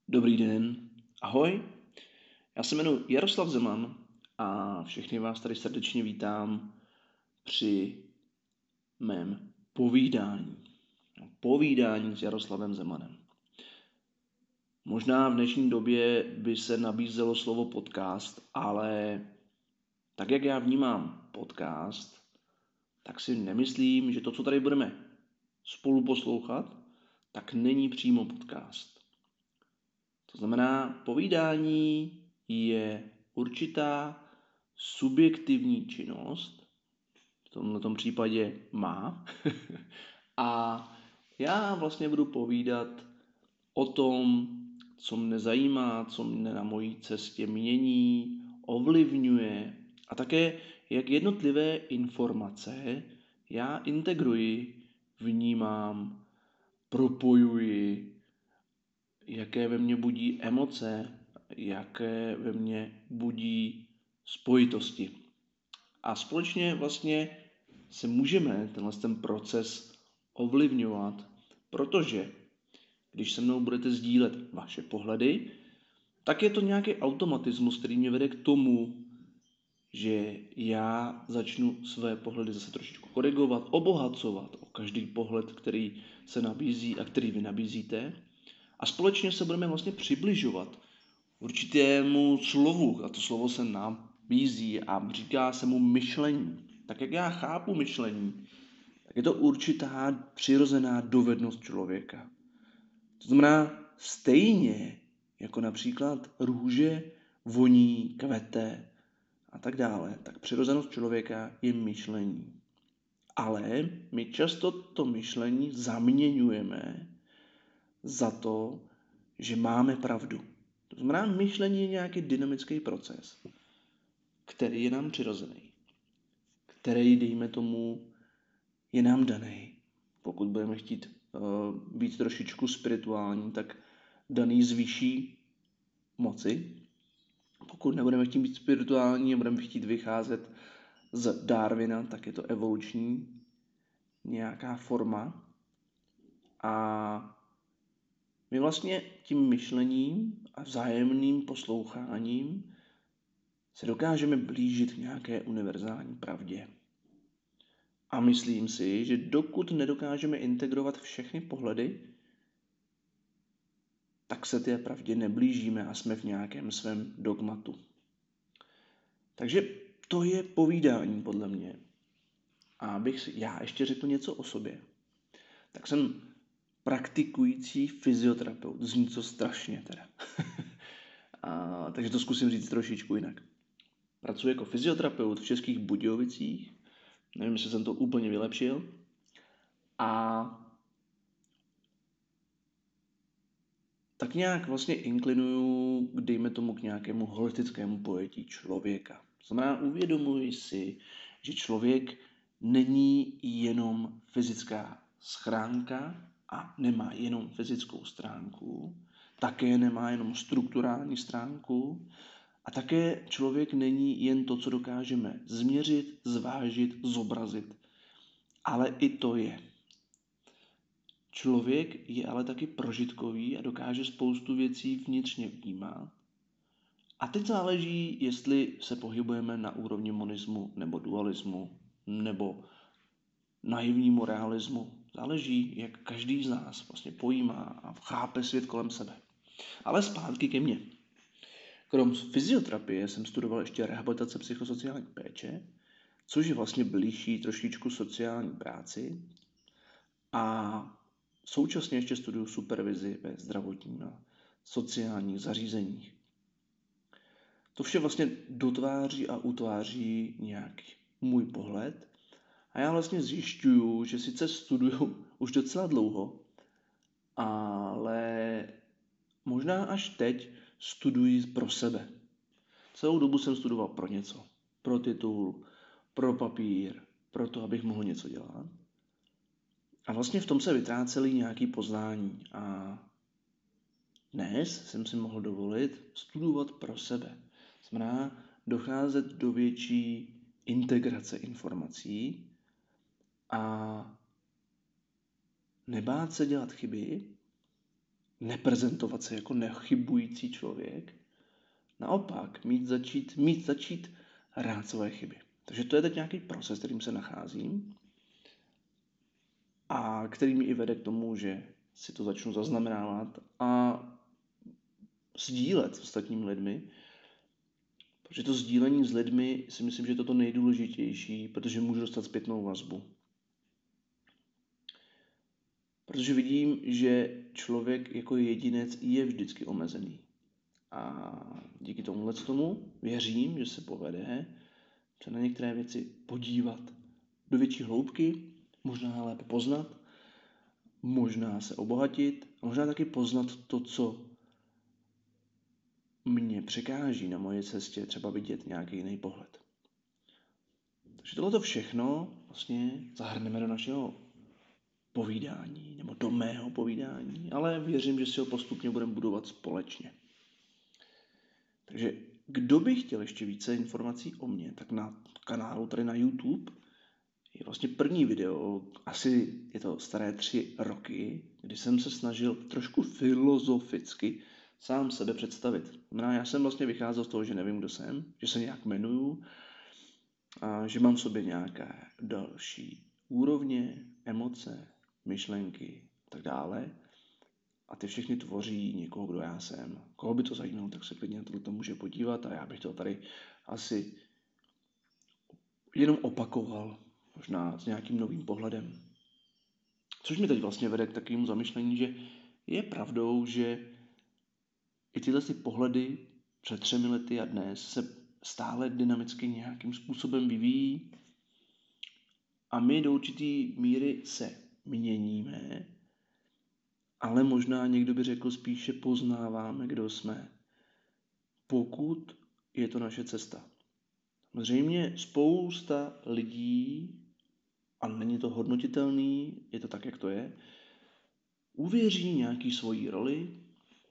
Dobrý den, ahoj, já se jmenuji Jaroslav Zeman a všechny vás tady srdečně vítám při mém povídání s Jaroslavem Zemanem. Možná v dnešní době by se nabízelo slovo podcast, ale tak, jak já vnímám podcast, tak si nemyslím, že to, co tady budeme spolu poslouchat, tak není přímo podcast. To znamená, povídání je určitá subjektivní činnost, v tomto případě má, a já vlastně budu povídat o tom, co mne zajímá, co mne na mojí cestě mění, ovlivňuje a také, jak jednotlivé informace já integruji, vnímám, propojuji, jaké ve mně budí emoce, jaké ve mně budí spojitosti. A společně vlastně se můžeme ten proces ovlivňovat, protože když se mnou budete sdílet vaše pohledy, tak je to nějaký automatismus, který mě vede k tomu, že já začnu své pohledy zase trošičku korigovat, obohacovat o každý pohled, který se nabízí a který vy nabízíte. A společně se budeme vlastně přibližovat určitému slovu. A to slovo se nabízí a říká se mu myšlení. Tak jak já chápu myšlení, tak je to určitá přirozená dovednost člověka. To znamená stejně jako například růže voní, kvete a tak dále, tak přirozenost člověka je myšlení. Ale my často to myšlení zaměňujeme za to, že máme pravdu. To znamená, myšlení je nějaký dynamický proces, který je nám přirozený, který, dejme tomu, je nám daný. Pokud budeme chtít být trošičku spirituální, tak daný z vyšší moci. Pokud nebudeme chtít být spirituální a budeme chtít vycházet z Darwina, tak je to evoluční nějaká forma. A my vlastně tím myšlením a vzájemným posloucháním se dokážeme blížit k nějaké univerzální pravdě. A myslím si, že dokud nedokážeme integrovat všechny pohledy, tak se té pravdě neblížíme a jsme v nějakém svém dogmatu. Takže to je povídání podle mě. A abych já ještě řekl něco o sobě, tak jsem praktikující fyzioterapeut. Zní to strašně teda. Takže to zkusím říct trošičku jinak. Pracuji jako fyzioterapeut v Českých Budějovicích. Nevím, jestli jsem to úplně vylepšil. A tak nějak vlastně inklinuju, dejme tomu, k nějakému holistickému pojetí člověka. To znamená, uvědomuji si, že člověk není jenom fyzická schránka a nemá jenom fyzickou stránku, také nemá jenom strukturální stránku a také člověk není jen to, co dokážeme změřit, zvážit, zobrazit, ale i to je. Člověk je ale taky prožitkový a dokáže spoustu věcí vnitřně vnímat. A teď záleží, jestli se pohybujeme na úrovni monismu nebo dualismu nebo naivnímu realismu. Záleží, jak každý z nás vlastně pojímá a chápe svět kolem sebe. Ale zpátky ke mně. Krom fyzioterapie jsem studoval ještě rehabilitace psychosociální péče, což je vlastně blížší trošičku sociální práci. A současně ještě studuju supervizi ve zdravotním a sociálních zařízeních. To vše vlastně dotváří a utváří nějaký můj pohled. A já vlastně zjišťuju, že sice studuju už docela dlouho, ale možná až teď studuji pro sebe. Celou dobu jsem studoval pro něco. Pro titul, pro papír, pro to, abych mohl něco dělat. A vlastně v tom se vytrácely nějaké poznání. A dnes jsem si mohl dovolit studovat pro sebe. Znamená docházet do větší integrace informací a nebát se dělat chyby neprezentovat se jako nechybující člověk, naopak mít začít rád svoje chyby. Takže to je teď nějaký proces, kterým se nacházím a který mi i vede k tomu, že si to začnu zaznamenávat a sdílet s ostatními lidmi, protože to sdílení s lidmi si myslím, že je to nejdůležitější, protože můžu dostat zpětnou vazbu. Protože vidím, že člověk jako jedinec je vždycky omezený. A díky tomu věřím, že se povede se na některé věci podívat do větší hloubky, možná lépe poznat, možná se obohatit a možná taky poznat to, co mě překáží na moje cestě, třeba vidět nějaký jiný pohled. Takže tohleto všechno vlastně zahrneme do našeho povídání, nebo do mého povídání, ale věřím, že si ho postupně budeme budovat společně. Takže kdo by chtěl ještě více informací o mně, tak na kanálu tady na YouTube je vlastně první video, asi je to staré 3 roky, kdy jsem se snažil trošku filozoficky sám sebe představit. Já jsem vlastně vycházel z toho, že nevím, kdo jsem, že se nějak jmenuju a že mám v sobě nějaké další úrovně, emoce, myšlenky a tak dále. A ty všechny tvoří někoho, kdo já jsem. Koho by to zajímalo, tak se klidně na tohle může podívat a já bych to tady asi jenom opakoval, možná s nějakým novým pohledem. Což mi teď vlastně vede k takovému zamyšlení, že je pravdou, že i tyhle pohledy před 3 lety a dnes se stále dynamicky nějakým způsobem vyvíjí a my do určitý míry se měníme, ale možná někdo by řekl spíše poznáváme, kdo jsme, pokud je to naše cesta. Zřejmě spousta lidí, a není to hodnotitelný, je to tak, jak to je, uvěří nějaký svojí roli,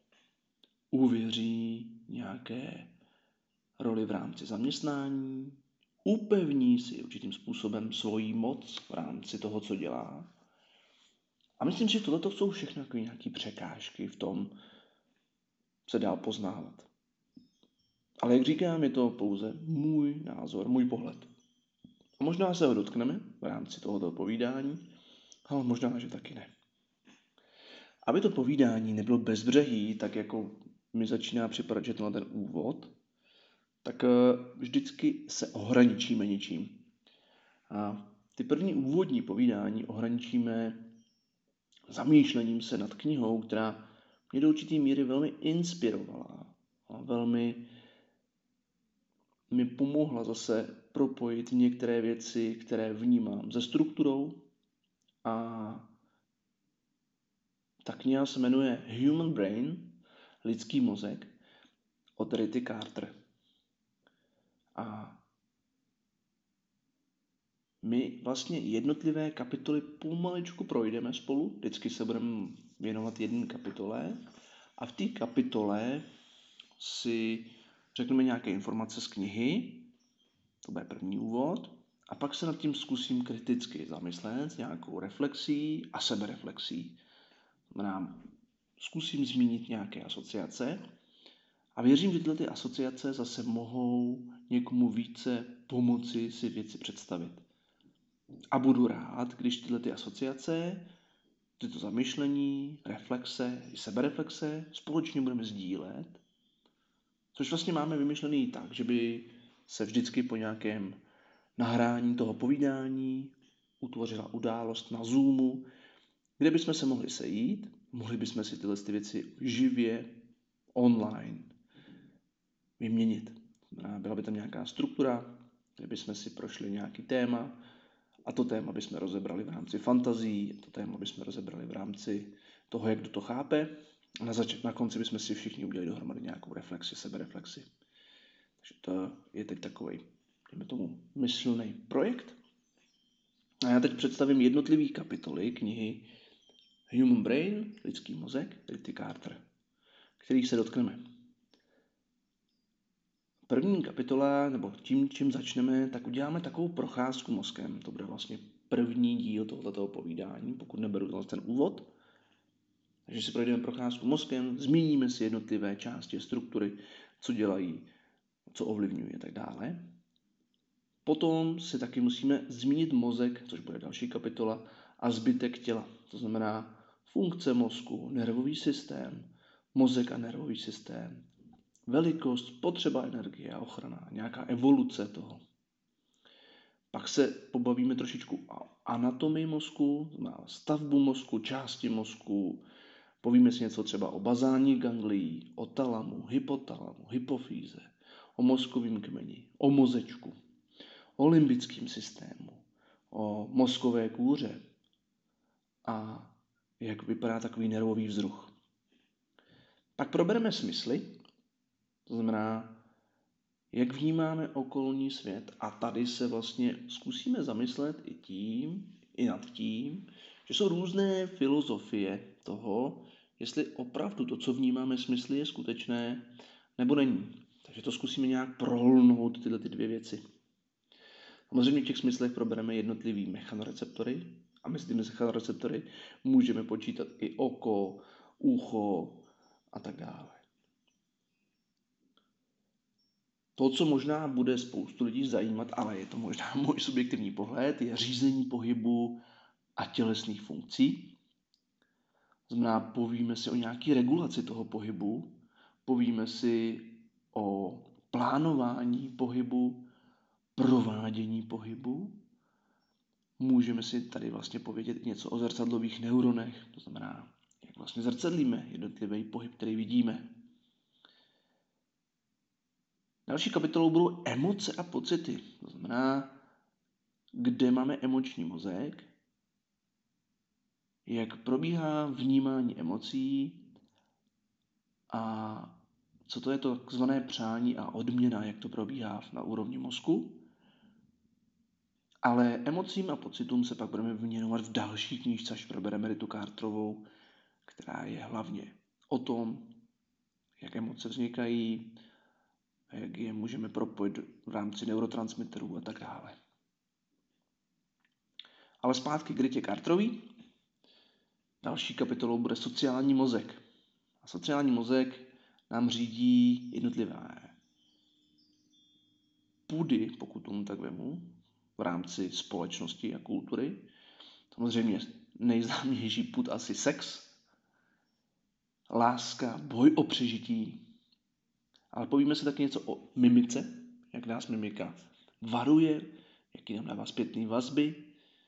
uvěří nějaké roli v rámci zaměstnání, upevní si určitým způsobem svoji moc v rámci toho, co dělá. A myslím, že tohle jsou všechno nějaké překážky v tom se dál poznávat. Ale jak říkám, je to pouze můj názor, můj pohled. A možná se ho dotkneme v rámci tohoto povídání, ale možná, že taky ne. Aby to povídání nebylo bezbřehý, tak jako mi začíná připadat, že to na ten úvod, tak vždycky se ohraničíme něčím. A ty první úvodní povídání ohraničíme zamýšlením se nad knihou, která mě do určitý míry velmi inspirovala a velmi mi pomohla zase propojit některé věci, které vnímám se strukturou. A ta kniha se jmenuje Human Brain, lidský mozek, od Rity Carter. A my vlastně jednotlivé kapitoly pomaličku projdeme spolu, vždycky se budeme věnovat jedné kapitole a v té kapitole si řekneme nějaké informace z knihy, to bude první úvod, a pak se nad tím zkusím kriticky zamyslet s nějakou reflexí a sebereflexí. Znamená, zkusím zmínit nějaké asociace a věřím, že tyhle ty asociace zase mohou někomu více pomoci si věci představit. A budu rád, když tyhle ty asociace, tyto zamyšlení, reflexe i sebereflexe společně budeme sdílet, což vlastně máme vymyšlený tak, že by se vždycky po nějakém nahrání toho povídání utvořila událost na Zoomu, kde bychom se mohli sejít, mohli bychom si tyhle věci živě online vyměnit. Byla by tam nějaká struktura, kde bychom si prošli nějaký téma a to téma bychom rozebrali v rámci fantazí, to téma bychom rozebrali v rámci toho, jak kdo to chápe a na konci bychom si všichni udělali dohromady nějakou reflexi, sebereflexi. Takže to je teď takovej, dejme tomu, myslný projekt. A já teď představím jednotlivý kapitoly knihy Human Brain, lidský mozek, Rity Carter, kterých se dotkneme. První kapitola, nebo tím, čím začneme, tak uděláme takovou procházku mozkem. To bude vlastně první díl tohoto povídání, pokud neberu ten úvod. Takže si projdeme procházku mozkem, zmíníme si jednotlivé části struktury, co dělají, co ovlivňují a tak dále. Potom si taky musíme zmínit mozek, což bude další kapitola, a zbytek těla. To znamená funkce mozku, nervový systém, mozek a nervový systém, velikost, potřeba energie a ochrana, nějaká evoluce toho. Pak se pobavíme trošičku o anatomii mozku, stavbu mozku, části mozku, povíme si něco třeba o bazální ganglií, o talamu, hypotalamu, hypofýze, o mozkovém kmeni, o mozečku, o limbickém systému, o mozkové kůře a jak vypadá takový nervový vzruch. Pak probereme smysly, to znamená, jak vnímáme okolní svět, a tady se vlastně zkusíme zamyslet i nad tím, že jsou různé filozofie toho, jestli opravdu to, co vnímáme smysly, je skutečné nebo není. Takže to zkusíme nějak prolnout tyhle dvě věci. Samozřejmě v těch smyslech probereme jednotlivý mechanoreceptory a mezi těmi mechanoreceptory můžeme počítat i oko, ucho a tak dále. To, co možná bude spoustu lidí zajímat, ale je to možná můj subjektivní pohled, je řízení pohybu a tělesných funkcí. Znamená, povíme si o nějaké regulaci toho pohybu, povíme si o plánování pohybu, provádění pohybu. Můžeme si tady vlastně povědět něco o zrcadlových neuronech, to znamená, jak vlastně zrcadlíme jednotlivý pohyb, který vidíme. Další kapitolou budou emoce a pocity, to znamená, kde máme emoční mozek, jak probíhá vnímání emocí a co to je to takzvané přání a odměna, jak to probíhá na úrovni mozku. Ale emocím a pocitům se pak budeme věnovat v další knížce, až probereme Ritu Carterovou, která je hlavně o tom, jak emoce vznikají, jak je můžeme propojit v rámci neurotransmiterů a tak dále. Ale zpátky k Ritě Carterový. Další kapitolou bude sociální mozek. A sociální mozek nám řídí jednotlivé půdy, pokud tomu tak vemu, v rámci společnosti a kultury. Samozřejmě nejznámější pud asi sex, láska, boj o přežití. Ale povíme si taky něco o mimice, jak nás mimika varuje, jaký nám dává zpětné vazby.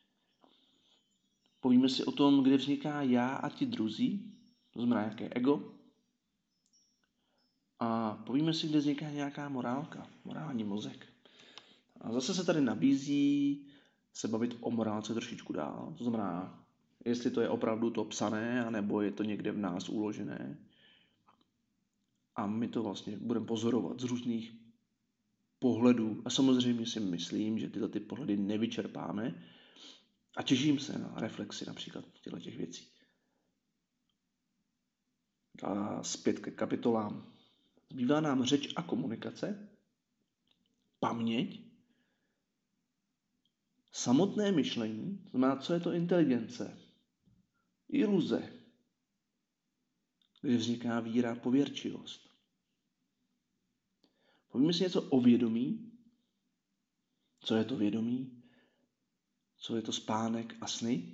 Povíme si o tom, kde vzniká já a ti druzí, to znamená jaké ego. A povíme si, kde vzniká nějaká morálka, morální mozek. A zase se tady nabízí se bavit o morálce trošičku dál. To znamená, jestli to je opravdu to psané, anebo je to někde v nás uložené. A my to vlastně budeme pozorovat z různých pohledů. A samozřejmě si myslím, že tyhle ty pohledy nevyčerpáme. A těším se na reflexi například těch věcí. A zpět ke kapitolám. Zbývá nám řeč a komunikace, paměť, samotné myšlení, to znamená, co je to inteligence, iluze, kde vzniká víra a pověrčivost. Povíme si něco o vědomí, co je to vědomí, co je to spánek a sny.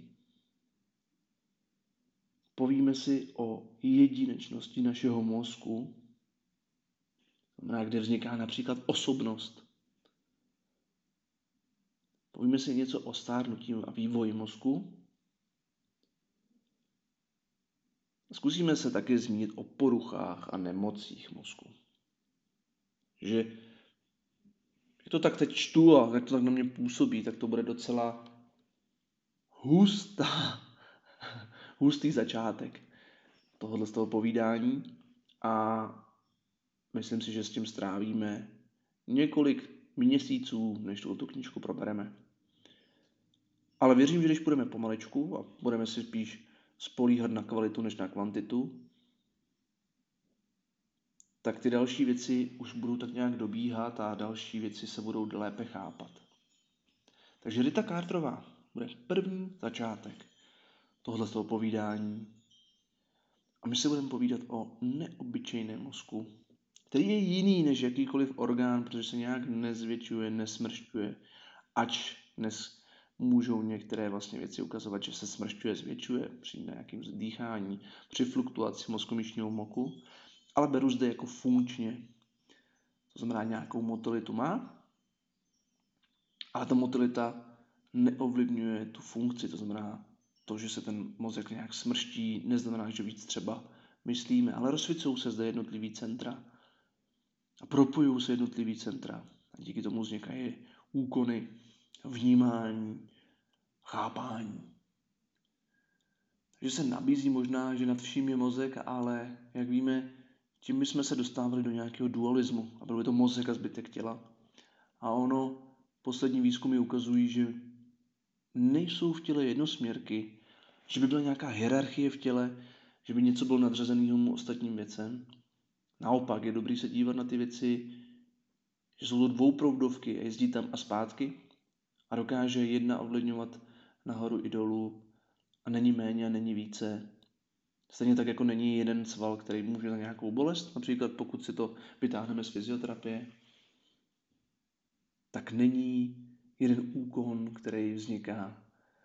Povíme si o jedinečnosti našeho mozku, kde vzniká například osobnost. Povíme si něco o stárnutí a vývoji mozku. Zkusíme se taky zmínit o poruchách a nemocích mozku. Že jak to tak teď čtu a jak to tak na mě působí, tak to bude docela hustý začátek tohohle z toho povídání a myslím si, že s tím strávíme několik měsíců, než tu knížku probereme. Ale věřím, že když půjdeme pomalečku a budeme si spíš spolíhat na kvalitu než na kvantitu, tak ty další věci už budou tak nějak dobíhat a další věci se budou lépe chápat. Takže Rita Carterová bude první začátek tohoto z toho povídání. A my se budeme povídat o neobyčejném mozku, který je jiný než jakýkoliv orgán, protože se nějak nezvětšuje, nesmršťuje, ač dnes můžou některé vlastně věci ukazovat, že se smršťuje, zvětšuje při nějakém dýchání, při fluktuaci mozkomyšního moku, ale beru zde jako funkčně. To znamená, nějakou motilitu má, ale ta motilita neovlivňuje tu funkci, to znamená to, že se ten mozek nějak smrští, neznamená, že víc třeba myslíme, ale rozsvicují se zde jednotlivý centra a propojují se jednotlivý centra a díky tomu vznikají úkony, vnímání, chápání. Takže se nabízí možná, že nad vším je mozek, ale jak víme, tím bychom se dostávali do nějakého dualismu a byl by to mozek a zbytek těla. A poslední výzkumy ukazují, že nejsou v těle jednosměrky, že by byla nějaká hierarchie v těle, že by něco bylo nadřazeným ostatním věcem. Naopak je dobrý se dívat na ty věci, že jsou to dvouproudovky a jezdí tam a zpátky a dokáže jedna ovlivňovat nahoru i dolů a není méně a není více. Stejně tak, jako není jeden sval, který může za nějakou bolest, například pokud si to vytáhneme z fyzioterapie, tak není jeden úkon, který vzniká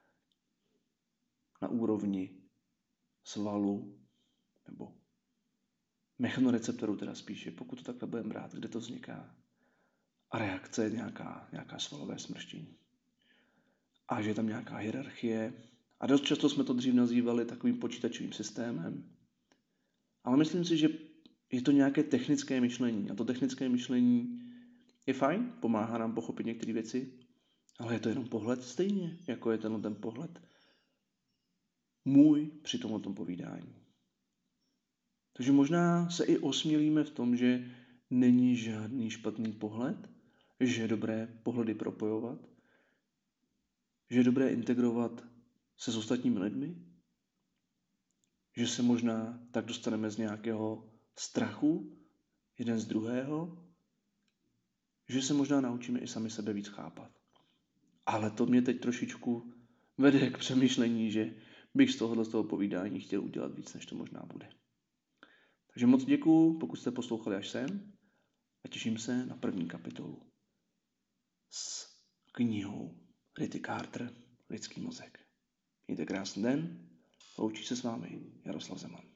na úrovni svalu nebo mechanoreceptoru teda spíše, pokud to takhle budeme brát, kde to vzniká. A reakce je nějaká svalové smrštění. A že je tam nějaká hierarchie. A dost často jsme to dřív nazývali takovým počítačovým systémem. Ale myslím si, že je to nějaké technické myšlení. A to technické myšlení je fajn, pomáhá nám pochopit některé věci, ale je to jenom pohled stejně, jako je ten pohled můj při tomto povídání. Takže možná se i osmělíme v tom, že není žádný špatný pohled, že je dobré pohledy propojovat, že je dobré integrovat se s ostatními lidmi, že se možná tak dostaneme z nějakého strachu jeden z druhého, že se možná naučíme i sami sebe víc chápat. Ale to mě teď trošičku vede k přemýšlení, že bych z tohoto povídání chtěl udělat víc, než to možná bude. Takže moc děkuju, pokud jste poslouchali až sem a těším se na první kapitolu s knihou Ritty Carter Lidský mozek. Mějte krásný den, loučí se s vámi Jaroslav Zeman.